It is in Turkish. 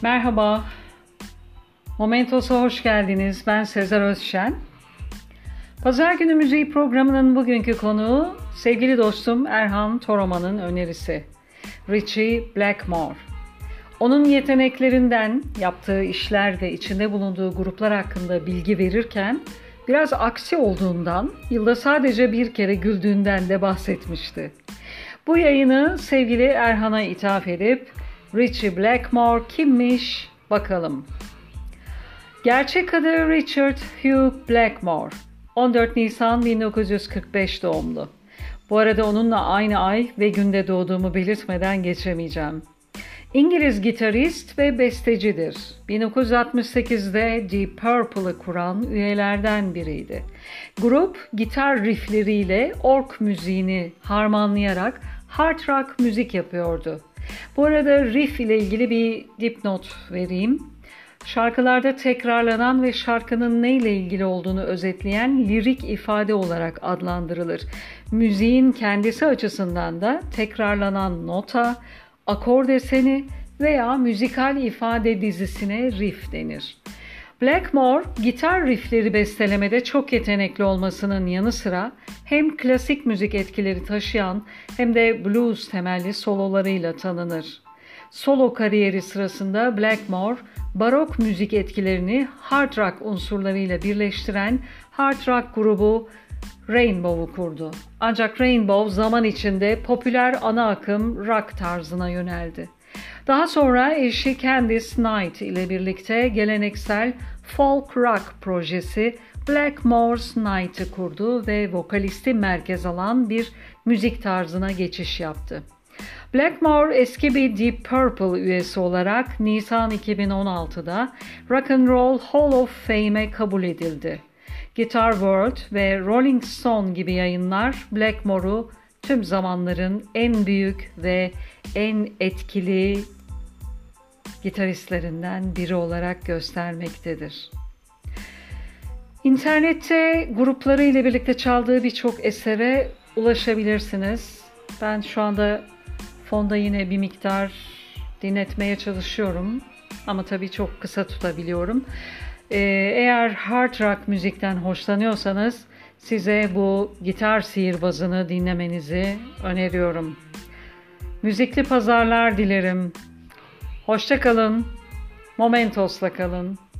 Merhaba, Momentos'a hoş geldiniz. Ben Sezer Özşen. Pazar günü müziği programının bugünkü konuğu sevgili dostum Erhan Toroman'ın önerisi. Ritchie Blackmore. Onun yeteneklerinden, yaptığı işler ve içinde bulunduğu gruplar hakkında bilgi verirken biraz aksi olduğundan, yılda sadece bir kere güldüğünden de bahsetmişti. Bu yayını sevgili Erhan'a ithaf edip Ritchie Blackmore kimmiş bakalım. Gerçek adı Richard Hugh Blackmore. 14 Nisan 1945 doğumlu. Bu arada onunla aynı ay ve günde doğduğumu belirtmeden geçemeyeceğim. İngiliz gitarist ve bestecidir. 1968'de Deep Purple'ı kuran üyelerden biriydi. Grup gitar riffleriyle ork müziğini harmanlayarak hard rock müzik yapıyordu. Bu arada riff ile ilgili bir dipnot vereyim. Şarkılarda tekrarlanan ve şarkının neyle ilgili olduğunu özetleyen lirik ifade olarak adlandırılır. Müziğin kendisi açısından da tekrarlanan nota, akor deseni veya müzikal ifade dizisine riff denir. Blackmore, gitar riffleri bestelemede çok yetenekli olmasının yanı sıra hem klasik müzik etkileri taşıyan hem de blues temelli sololarıyla tanınır. Solo kariyeri sırasında Blackmore, barok müzik etkilerini hard rock unsurlarıyla birleştiren hard rock grubu Rainbow'u kurdu. Ancak Rainbow zaman içinde popüler ana akım rock tarzına yöneldi. Daha sonra eşi Candice Knight ile birlikte geleneksel folk rock projesi Blackmore's Night'ı kurdu ve vokalisti merkez alan bir müzik tarzına geçiş yaptı. Blackmore eski bir Deep Purple üyesi olarak Nisan 2016'da Rock and Roll Hall of Fame'e kabul edildi. Guitar World ve Rolling Stone gibi yayınlar Blackmore'u tüm zamanların en büyük ve en etkili gitaristlerinden biri olarak göstermektedir. İnternette grupları ile birlikte çaldığı birçok esere ulaşabilirsiniz. Ben şu anda fonda yine bir miktar dinletmeye çalışıyorum ama tabii çok kısa tutabiliyorum. Eğer hard rock müzikten hoşlanıyorsanız size bu gitar sihirbazını dinlemenizi öneriyorum. Müzikli pazarlar dilerim. Hoşça kalın. Momentos'la kalın.